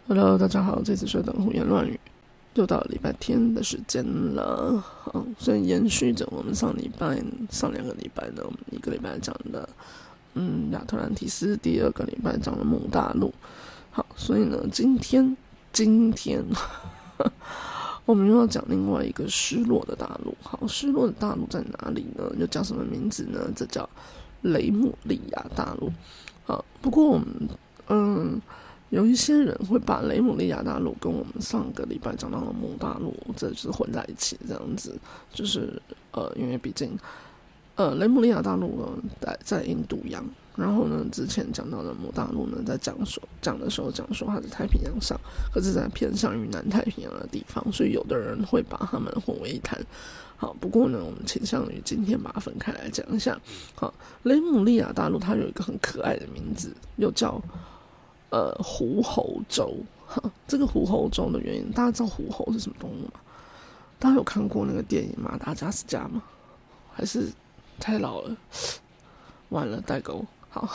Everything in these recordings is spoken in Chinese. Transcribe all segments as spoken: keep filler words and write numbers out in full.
Hello， 大家好，这次是等胡言乱语，又到了礼拜天的时间了。好，所以延续着我们上礼拜、上两个礼拜呢，我们一个礼拜讲的嗯亚特兰蒂斯，第二个礼拜讲了姆大陆。好，所以呢，今天今天我们又要讲另外一个失落的大陆。好，失落的大陆在哪里呢？又叫什么名字呢？这叫雷姆利亚大陆。好，不过我们嗯。有一些人会把雷姆利亚大陆跟我们上个礼拜讲到的姆大陆，这就是混在一起，这样子，就是呃，因为毕竟呃，雷姆利亚大陆呢在在印度洋，然后呢，之前讲到的姆大陆呢，在讲说讲的时候讲说它在太平洋上，可是在偏向于南太平洋的地方，所以有的人会把它们混为一谈。好，不过呢，我们倾向于今天把它分开来讲一下。好，雷姆利亚大陆它有一个很可爱的名字，又叫呃，狐猴州。这个狐猴州的原因，大家知道狐猴是什么动物吗？大家有看过那个电影《马达加斯加》吗？还是太老了？完了，代沟。好，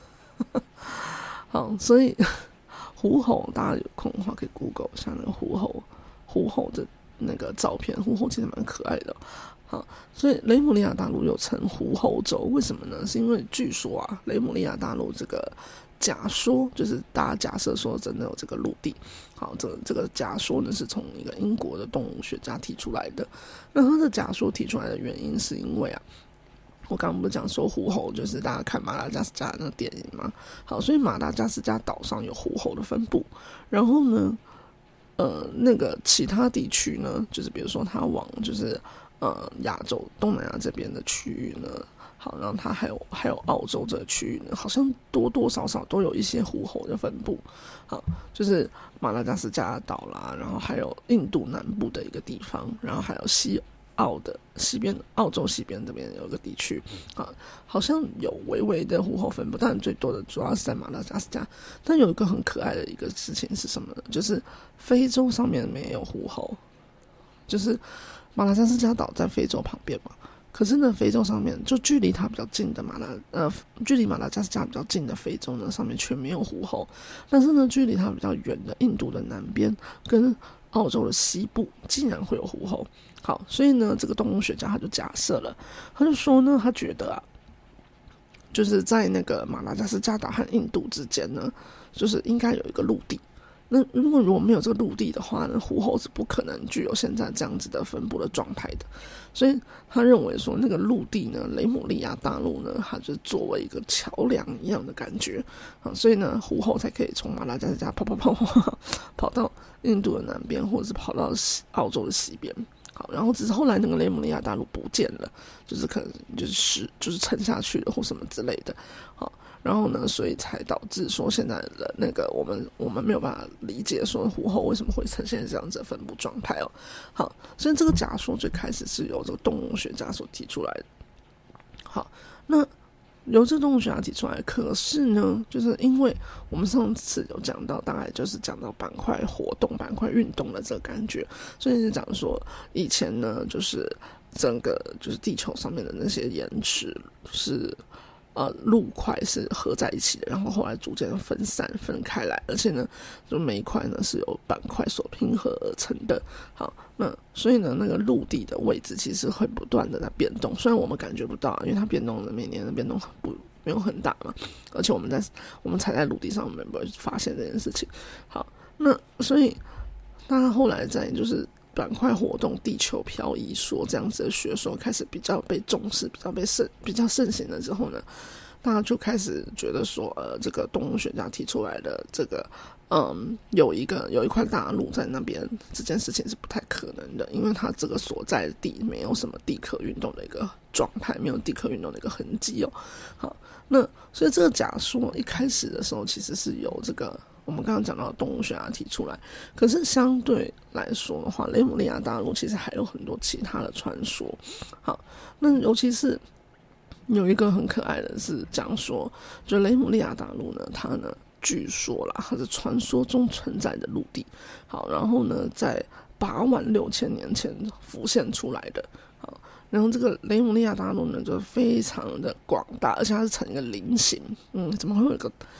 好，所以狐猴，大家有空的话可以 Google 一下那个狐猴，狐猴的那个照片，狐猴其实蛮可爱的。好，所以雷姆利亚大陆又称狐猴州，为什么呢？是因为据说啊，雷姆利亚大陆这个假说，就是大家假设说真的有这个陆地。好，这这个假说呢是从一个英国的动物学家提出来的。那他的假说提出来的原因是因为啊，我刚刚不是讲说狐猴就是大家看马达加斯加的那个电影吗？好，所以马达加斯加岛上有狐猴的分布，然后呢，呃，那个其他地区呢，就是比如说它往就是呃亚洲东南亚这边的区域呢。好，然后它还有还有澳洲这个区域呢，好像多多少少都有一些狐猴的分布。好，就是马达加斯加岛啦，然后还有印度南部的一个地方，然后还有西澳的西边，澳洲西边这边有一个地区啊，好像有微微的狐猴分布，但最多的主要是在马达加斯加。但有一个很可爱的一个事情是什么呢？就是非洲上面没有狐猴，就是马达加斯加岛在非洲旁边嘛。可是呢，非洲上面就距离它比较近的马达呃，距离马达加斯加比较近的非洲呢，上面却没有狐猴。但是呢，距离它比较远的印度的南边跟澳洲的西部，竟然会有狐猴。好，所以呢，这个动物学家他就假设了，他就说呢，他觉得啊，就是在那个马达加斯加岛和印度之间呢，就是应该有一个陆地。那如果如果没有这个陆地的话呢，狐猴是不可能具有现在这样子的分布的状态的。所以他认为说，那个陆地呢，雷姆利亚大陆呢，它就作为一个桥梁一样的感觉啊，所以呢，狐猴才可以从马达加斯加跑跑跑跑跑到印度的南边，或者是跑到澳洲的西边。好，然后只是后来那个雷姆利亚大陆不见了，就是可能就是就是沉下去了或什么之类的。好。然后呢，所以才导致说现在的那个我们我们没有办法理解说狐猴为什么会呈现这样子的分布状态哦。好，所以这个假说最开始是由这个动物学家所提出来的。好，那由这个动物学家提出来，可是呢，就是因为我们上次有讲到，大概就是讲到板块活动、板块运动的这个感觉，所以是讲说以前呢，就是整个就是地球上面的那些岩石是。呃，陆块是合在一起的，然后后来逐渐分散分开来，而且呢，就每一块呢是由板块所拼合而成的。好，那所以呢，那个陆地的位置其实会不断的在变动，虽然我们感觉不到，因为它变动的每年的变动不没有很大嘛，而且我们在我们踩在陆地上，我们不会发现这件事情。好，那所以大家后来在就是。板块活动、地球漂移说这样子的学说开始比较被重视、比较被盛、比较盛行了之后呢，大家就开始觉得说，呃，这个动物学家提出来的这个，嗯，有一个有一块大陆在那边，这件事情是不太可能的，因为它这个所在地没有什么地壳运动的一个状态，没有地壳运动的一个痕迹哦。好，那所以这个假说一开始的时候，其实是由这个。我们刚刚讲到的动物学家提出来，可是相对来说的话，雷姆利亚大陆其实还有很多其他的传说。好，那尤其是有一个很可爱的是讲说，就雷姆利亚大陆呢，它呢据说啦，它是传说中存在的陆地。好，然后呢，在八万六千年前浮现出来的。好，然后这个雷姆利亚大陆呢，就非常的广大，而且它是呈一个菱形。嗯，怎么会有一个？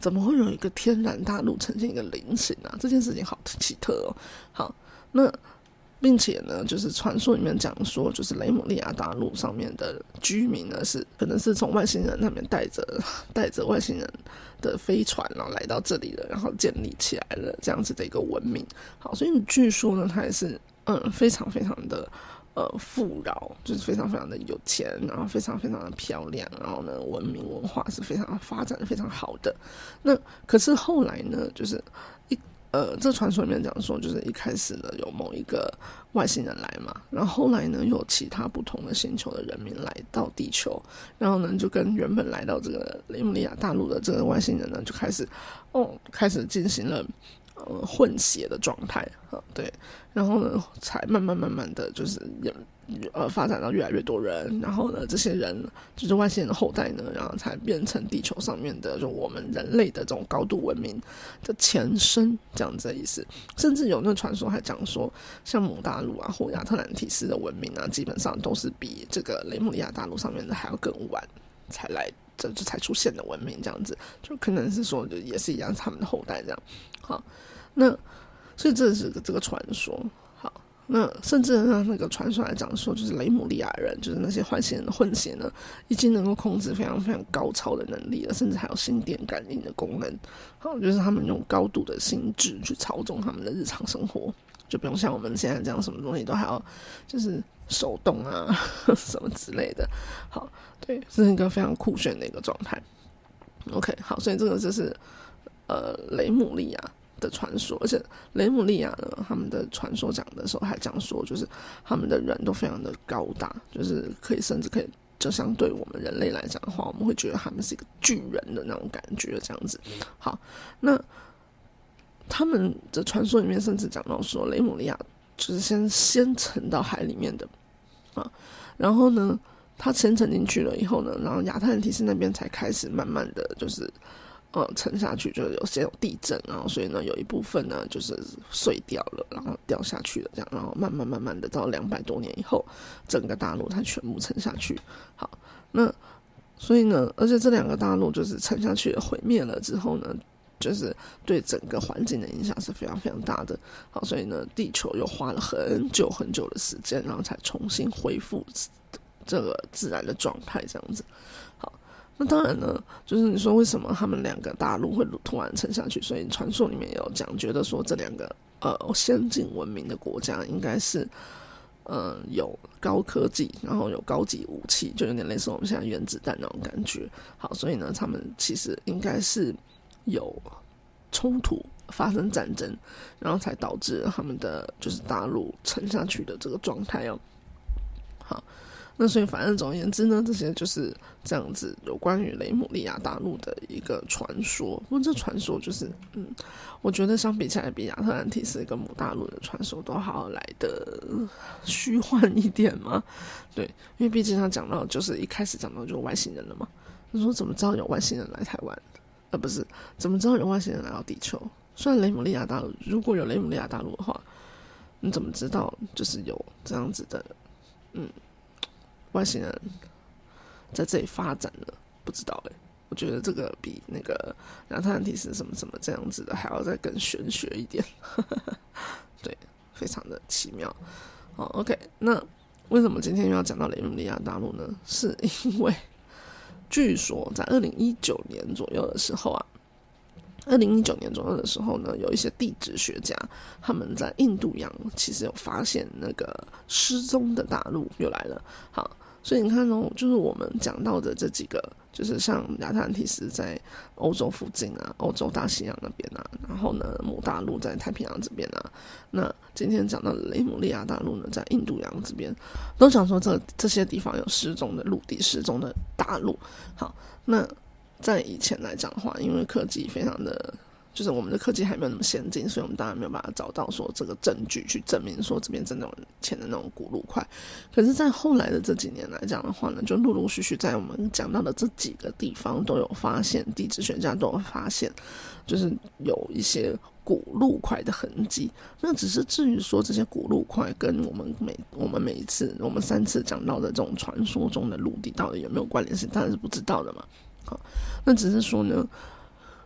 怎么会有一个天然大陆呈现一个菱形啊？这件事情好奇特哦。好，那并且呢，就是传说里面讲说，就是雷姆利亚大陆上面的居民呢，是可能是从外星人那边带着带着外星人的飞船，然后来到这里了，然后建立起来了这样子的一个文明。好，所以据说呢，它也是嗯非常非常的呃富饶，就是非常非常的有钱，然后非常非常的漂亮，然后呢文明文化是非常发展的非常好的。那可是后来呢，就是一呃这传说里面讲说，就是一开始呢有某一个外星人来嘛，然后后来呢又有其他不同的星球的人民来到地球，然后呢就跟原本来到这个雷姆利亚大陆的这个外星人呢就开始哦开始进行了呃混血的状态啊，对，然后呢才慢慢慢慢的就是呃发展到越来越多人，然后呢这些人就是外星人的后代呢，然后才变成地球上面的就我们人类的这种高度文明的前身这样子的意思。甚至有那传说还讲说，像姆大陆啊或亚特兰蒂斯的文明啊，基本上都是比这个雷姆利亚大陆上面的还要更晚才来这就才出现的文明，这样子就可能是说就也是一样他们的后代这样。好，那所以这是这个传说。好，那甚至呢那个传说来讲说，就是雷姆利亚人，就是那些外星人的混血呢，已经能够控制非常非常高超的能力了，甚至还有心电感应的功能。好，就是他们用高度的心智去操纵他们的日常生活，就不用像我们现在这样什么东西都还要就是手动啊什么之类的。好，对，是一个非常酷炫的一个状态。OK， 好，所以这个就是呃雷姆利亚的传说。而且雷姆利亚呢，他们的传说讲的时候还讲说，就是他们的人都非常的高大，就是可以甚至可以就相对我们人类来讲的话，我们会觉得他们是一个巨人的那种感觉这样子。好，那他们的传说里面甚至讲到说，雷姆利亚就是先先沉到海里面的啊，然后呢他先沉进去了以后呢，然后亚特兰蒂斯那边才开始慢慢的就是呃沉下去，就是有先有地震，然后所以呢有一部分呢就是碎掉了，然后掉下去了这样，然后慢慢慢慢的到两百多年以后，整个大陆才全部沉下去。好，那所以呢，而且这两个大陆就是沉下去了毁灭了之后呢，就是对整个环境的影响是非常非常大的。好，所以呢地球又花了很久很久的时间，然后才重新恢复这个自然的状态这样子。好，那当然呢，就是你说为什么他们两个大陆会突然沉下去，所以传说里面也有讲，觉得说这两个呃先进文明的国家应该是呃有高科技，然后有高级武器，就有点类似我们现在原子弹那种感觉。好，所以呢他们其实应该是有冲突发生战争，然后才导致他们的就是大陆沉下去的这个状态哦。好，那所以反正总而言之呢，这些就是这样子有关于雷姆利亚大陆的一个传说。不过这传说就是嗯，我觉得相比起来，比亚特兰蒂斯跟姆大陆的传说都好来的虚幻一点嘛。对，因为毕竟他讲到就是一开始讲到就是外星人了嘛，他说怎么知道有外星人来台湾，呃不是怎么知道有外星人来到地球。虽然雷姆利亚大陆如果有雷姆利亚大陆的话，你怎么知道就是有这样子的嗯，外星人在这里发展了？不知道哎、欸，我觉得这个比那个亚特兰蒂斯什么什么这样子的还要再更玄学一点，对，非常的奇妙。好 ，OK， 那为什么今天又要讲到雷姆利亚大陆呢？是因为据说在二零一九年左右的时候啊。二零一九年左右的时候呢，有一些地质学家他们在印度洋其实有发现那个失踪的大陆又来了。好，所以你看哦，就是我们讲到的这几个，就是像亚特兰蒂斯在欧洲附近啊，欧洲大西洋那边啊，然后呢姆大陆在太平洋这边啊，那今天讲到的雷姆利亚大陆呢在印度洋这边，都讲说这这些地方有失踪的陆地，失踪的大陆。好，那在以前来讲的话，因为科技非常的，就是我们的科技还没有那么先进，所以我们当然没有办法找到说这个证据去证明说这边真的有钱的那种古陆块。可是在后来的这几年来讲的话呢，就陆陆续续在我们讲到的这几个地方都有发现，地质学家都有发现，就是有一些古陆块的痕迹。那只是至于说这些古陆块跟我们每我们每一次我们三次讲到的这种传说中的陆地到底有没有关联性，当然是不知道的嘛。好，那只是说呢，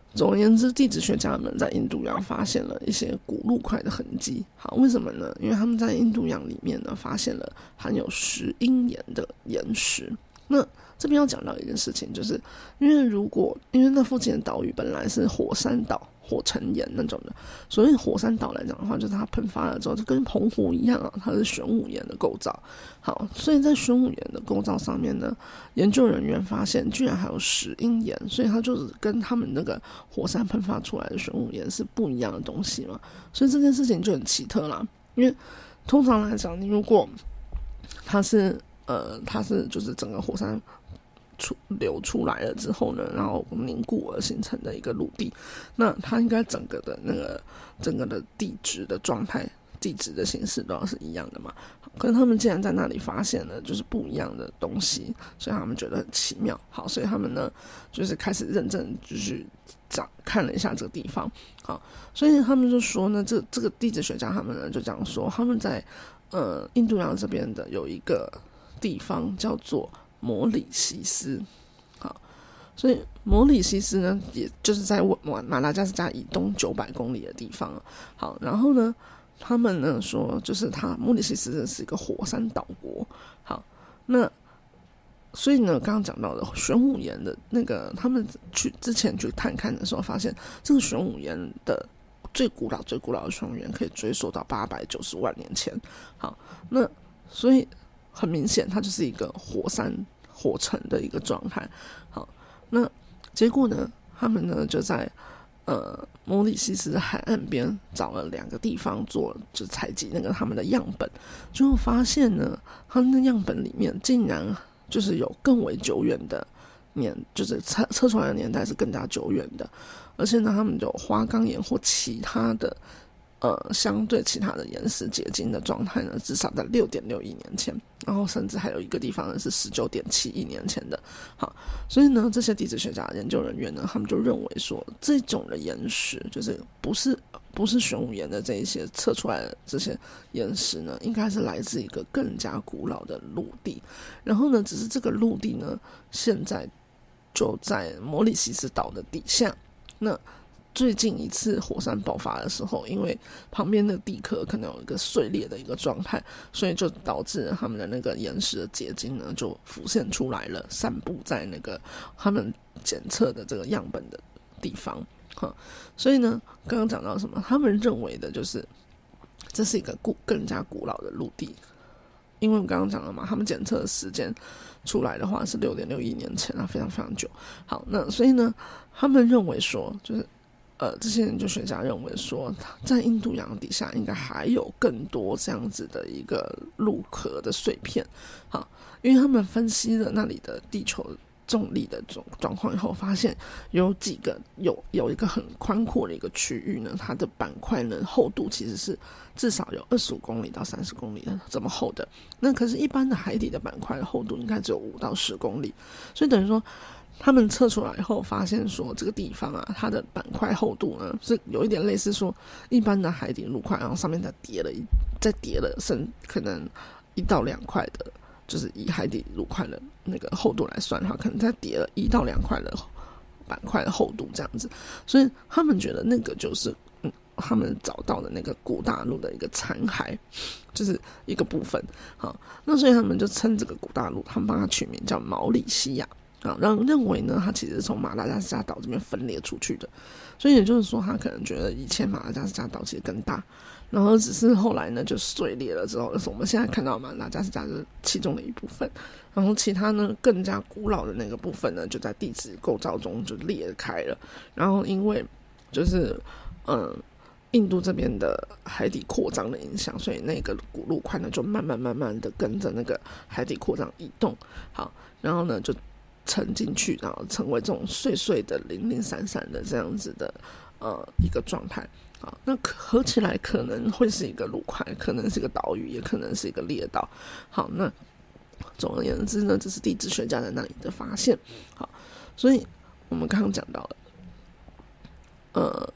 总而言之，地质学家们在印度洋发现了一些古陆块的痕迹。好，为什么呢？因为他们在印度洋里面呢发现了含有石英岩的岩石。那这边要讲到一件事情，就是因为如果因为那附近的岛屿本来是火山岛、火成岩那种的，所以火山岛来讲的话，就是它喷发了之后就跟澎湖一样啊，它是玄武岩的构造。好，所以在玄武岩的构造上面呢，研究人员发现居然还有石英岩，所以它就是跟他们那个火山喷发出来的玄武岩是不一样的东西嘛，所以这件事情就很奇特啦。因为通常来讲，你如果它是呃，它是就是整个火山出流出来了之后呢，然后凝固而形成的一个陆地，那它应该整个的那个整个的地质的状态、地质的形式都要是一样的嘛。可是他们竟然在那里发现了就是不一样的东西，所以他们觉得很奇妙。好，所以他们呢就是开始认真就是找看了一下这个地方。好，所以他们就说呢，这这个地质学家他们呢就这样说，他们在呃印度洋这边的有一个地方叫做摩里西斯。好，所以摩里西斯呢也就是在马达加斯加以东九百公里的地方。好，然后呢他们呢说就是它摩里西斯是一个火山岛国。好，那所以呢刚刚讲到的玄武岩的那个他们去之前去探看的时候发现，这个玄武岩的最古老最古老的玄武岩可以追溯到八百九十万年前。好，那所以很明显它就是一个火山火成的一个状态。好，那结果呢他们呢就在呃摩里西斯的海岸边找了两个地方做就采集那个他们的样本，就发现呢他们的样本里面竟然就是有更为久远的年，就是测测出来的年代是更加久远的，而且呢他们有花岗岩或其他的呃，相对其他的岩石结晶的状态呢，至少在 六点六亿年前，然后甚至还有一个地方呢是 十九点七亿年前的。好，所以呢这些地质学家研究人员呢，他们就认为说这种的岩石就是不是不是玄武岩的这一些测出来的这些岩石呢，应该是来自一个更加古老的陆地。然后呢只是这个陆地呢现在就在摩里西斯岛的底下。那最近一次火山爆发的时候，因为旁边的地壳可能有一个碎裂的一个状态，所以就导致他们的那个岩石的结晶呢就浮现出来了，散布在那个他们检测的这个样本的地方。所以呢刚刚讲到什么，他们认为的就是这是一个古更加古老的陆地，因为我刚刚讲了嘛，他们检测的时间出来的话是 六点六亿年前啊，非常非常久。好，那所以呢他们认为说就是呃，这些研究学家认为说在印度洋底下应该还有更多这样子的一个陆壳的碎片。好，因为他们分析了那里的地球重力的状况以后，发现有几个有有一个很宽阔的一个区域呢，它的板块呢厚度其实是至少有二十五公里到三十公里的这么厚的。那可是一般的海底的板块的厚度应该只有五到十公里，所以等于说他们测出来以后发现说这个地方啊，它的板块厚度呢是有一点类似说一般的海底陆块，然后上面再叠了一再叠了甚可能一到两块的，就是以海底陆块的那个厚度来算的话，可能再叠了一到两块的板块的厚度这样子。所以他们觉得那个就是嗯他们找到的那个古大陆的一个残骸，就是一个部分。好，那所以他们就称这个古大陆，他们帮它取名叫毛里西亚。啊，让认为呢，它其实是从马达加斯加岛这边分裂出去的，所以也就是说，他可能觉得以前马达加斯加岛其实更大，然后只是后来呢就碎裂了之后，就是我们现在看到马达加斯加就是其中的一部分，然后其他呢更加古老的那个部分呢，就在地质构造中就裂开了，然后因为就是嗯。印度这边的海底扩张的影响，所以那个古陆块呢就慢慢慢慢的跟着那个海底扩张移动。好，然后呢就沉进去，然后成为这种碎碎的零零散散的这样子的呃一个状态。好，那合起来可能会是一个陆块，可能是一个岛屿，也可能是一个列岛。好，那总而言之呢，这是地质学家在那里的发现。好，所以我们刚刚讲到了呃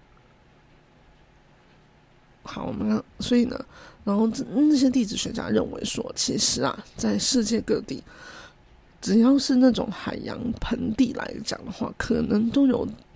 好，我们看，所以呢，然后那些地质学家认为说，其实啊，在世界各地，只要是那种海洋盆地来讲的话，可能都有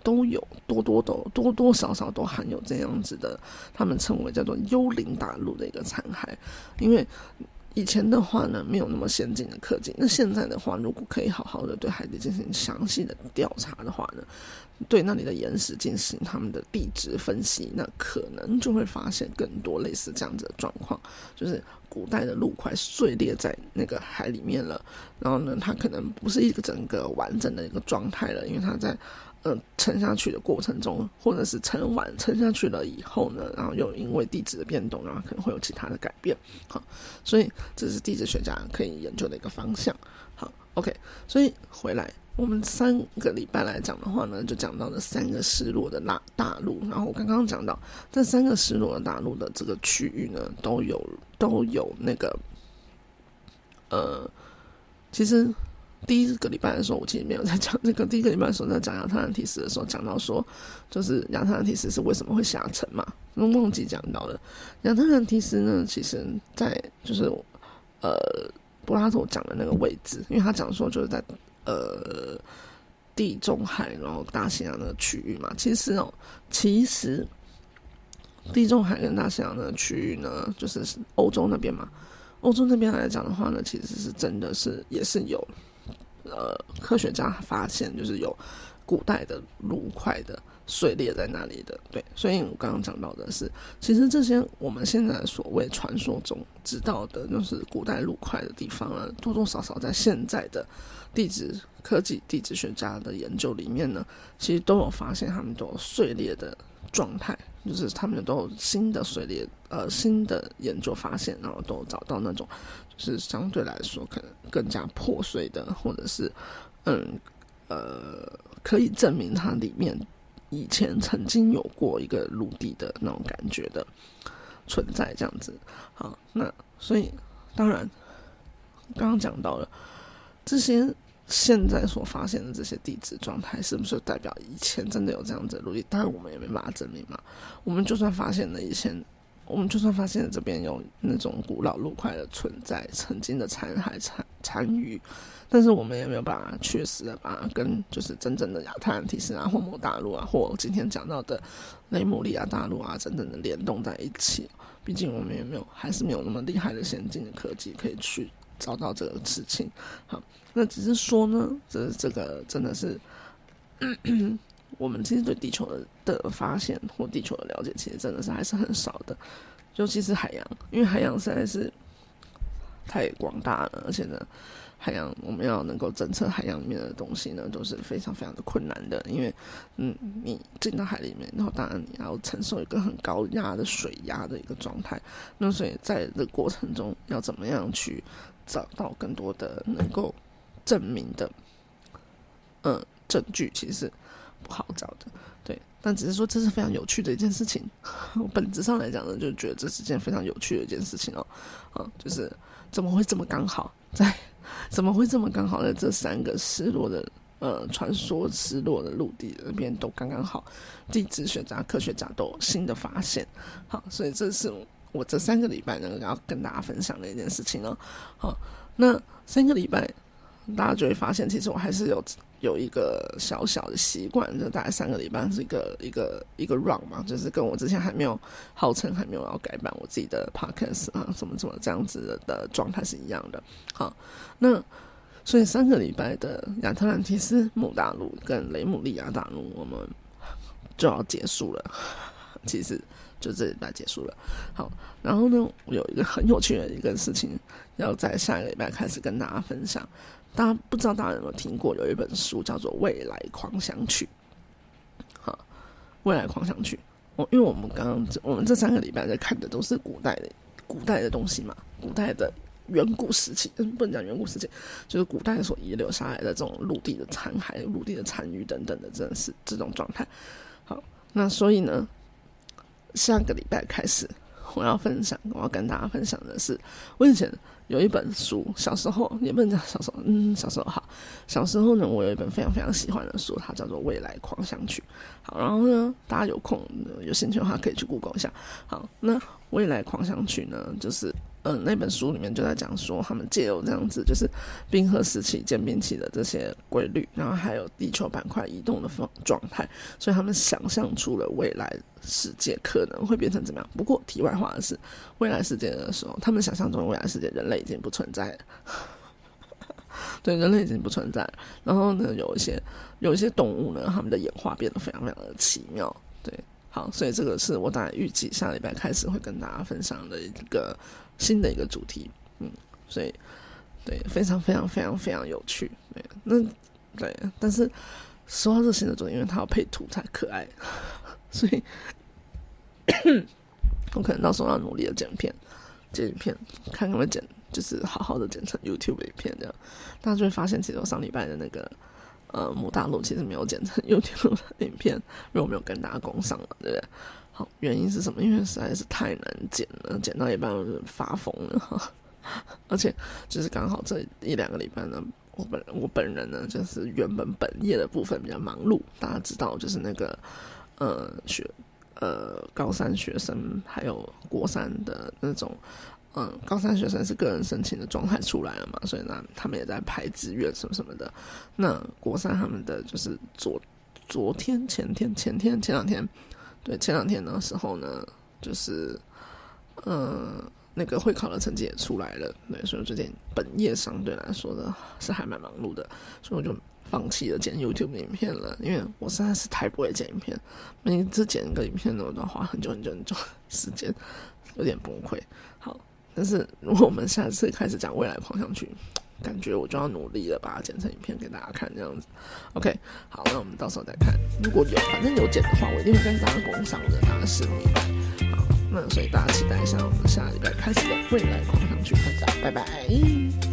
都有多多的多多少少都含有这样子的，他们称为叫做幽灵大陆的一个残骸。因为以前的话呢，没有那么先进的科技，那现在的话，如果可以好好的对海底进行详细的调查的话呢，对那里的岩石进行他们的地质分析，那可能就会发现更多类似这样子的状况，就是古代的陆块碎裂在那个海里面了，然后呢，它可能不是一个整个完整的一个状态了，因为它在呃沉下去的过程中，或者是沉完沉下去了以后呢，然后又因为地质的变动，然后可能会有其他的改变。好，所以这是地质学家可以研究的一个方向。好 ，OK， 所以回来。我们三个礼拜来讲的话呢，就讲到了三个失落的大大陆。然后我刚刚讲到，这三个失落的大陆的这个区域呢，都有都有那个，呃，其实第一个礼拜的时候，我其实没有在讲这个。第一个礼拜的时候在讲亚特兰蒂斯的时候，讲到说，就是亚特兰蒂斯是为什么会下沉嘛，忘记讲到了。亚特兰蒂斯呢，其实在就是呃柏拉图讲的那个位置，因为他讲说就是在。呃，地中海然后大西洋那个区域嘛，其实哦，其实地中海跟大西洋那个区域呢，就是欧洲那边嘛。欧洲那边来讲的话呢，其实是真的是也是有呃科学家发现，就是有古代的陆块的碎裂在那里的。对，所以我刚刚讲到的是，其实这些我们现在所谓传说中知道的，就是古代陆块的地方呢，多多少少在现在的地质科技、地质学家的研究里面呢，其实都有发现他们都有碎裂的状态，就是他们都有新的碎裂，呃，新的研究发现，然后都有找到那种就是相对来说可能更加破碎的，或者是嗯呃可以证明它里面以前曾经有过一个陆地的那种感觉的存在，这样子。好，那所以当然刚刚讲到了。这些现在所发现的这些地质状态，是不是代表以前真的有这样子的陆地？当然我们也没办法证明嘛。我们就算发现了以前，我们就算发现了这边有那种古老陆块的存在，曾经的残骸残残余，但是我们也没有办法确实的把它跟就是真正的亚特兰蒂斯啊、霍莫大陆啊，或今天讲到的雷姆利亚大陆啊，真正的联动在一起。毕竟我们也没有，还是没有那么厉害的先进的科技可以去找到这个事情。好，那只是说呢，这这个真的是咳咳我们其实对地球 的, 的发现或地球的了解，其实真的是还是很少的，尤其是海洋，因为海洋实在是太广大了，而且呢，海洋我们要能够侦测海洋里面的东西呢，都是非常非常的困难的，因为嗯，你进到海里面，然后当然你要承受一个很高压的水压的一个状态，那所以在这个过程中要怎么样去找到更多的能够证明的嗯证据，其实是不好找的，对。但只是说这是非常有趣的一件事情，我本质上来讲呢，就觉得这是件非常有趣的一件事情哦，嗯，就是怎么会这么刚好在，怎么会这么刚好在这三个失落的呃传说失落的陆地那边都刚刚好，地质学家、科学家都有新的发现，好，所以这是我这三个礼拜呢要跟大家分享的一件事情哦。好，那三个礼拜大家就会发现，其实我还是有有一个小小的习惯，就大概三个礼拜是一个一个一个 run 嘛，就是跟我之前还没有号称还没有要改版我自己的 podcast 啊，什么什么这样子的状态是一样的。好，那所以三个礼拜的亚特兰蒂斯姆大陆跟雷姆利亚大陆，我们就要结束了。其实就这礼拜结束了。好，然后呢，我有一个很有趣的一个事情，要在下一个礼拜开始跟大家分享。大家不知道大家有没有听过，有一本书叫做《未来狂想曲》。好，《未来狂想曲》，我因为我们刚刚我们这三个礼拜在看的都是古代的古代的东西嘛，古代的远古时期，嗯，不能讲远古时期，就是古代所遗留下来的这种陆地的残骸、陆地的残余等等的，真的是这种状态。好，那所以呢，下个礼拜开始，我要分享，我要跟大家分享的是，我以前有一本书，小时候也不能讲小时候，嗯，小时候好，小时候呢，我有一本非常非常喜欢的书，它叫做《未来狂想曲》。好，然后呢，大家有空有兴趣的话，可以去 Google 一下。好，那《未来狂想曲》呢，就是嗯、呃，那本书里面就在讲说，他们借由这样子就是冰河时期渐冰期的这些规律，然后还有地球板块移动的状态，所以他们想象出了未来世界可能会变成怎么样。不过题外话的是，未来世界的时候，他们想象中的未来世界人类已经不存在了。对，人类已经不存在了。然后呢，有一些有一些动物呢，它们的演化变得非常非常的奇妙。对，好，所以这个是我大概预计下礼拜开始会跟大家分享的一个新的一个主题。嗯，所以对，非常非常非常非常有趣。对，那对，但是说到这新的主题，因为它要配图才可爱，所以我可能到时候要努力的剪片。剪影片，看有没有剪，就是好好的剪成 YouTube 影片这样，大家就会发现，其实我上礼拜的那个呃母大陆其实没有剪成 YouTube 的影片，因为我没有跟大家公上了，对不对？好，原因是什么？因为实在是太难剪了，剪到一半我就发疯了哈。而且就是刚好这一两个礼拜呢，我本我本人呢，就是原本本业的部分比较忙碌，大家知道，就是那个呃学。呃，高三学生还有国三的那种，嗯，高三学生是个人申请的状态出来了嘛，所以呢，他们也在排志愿什么什么的。那国三他们的就是昨昨天、前天、前天、前两天，对，前两天的时候呢，就是呃，那个会考的成绩也出来了，对，所以最近本业相对来说的是还蛮忙碌的，所以我就放弃了剪 YouTube 的影片了，因为我实在是太不会剪影片，每次剪一个影片呢，我都要花很久很久很久时间，有点崩溃。好，但是如果我们下次开始讲未来狂想曲，感觉我就要努力了，把它剪成影片给大家看，这样子。OK， 好，那我们到时候再看。如果有，反正有剪的话，我一定会跟大家共赏的，大家拭目以待。好，那所以大家期待一下我们下礼拜开始的未来狂想曲分享，拜拜。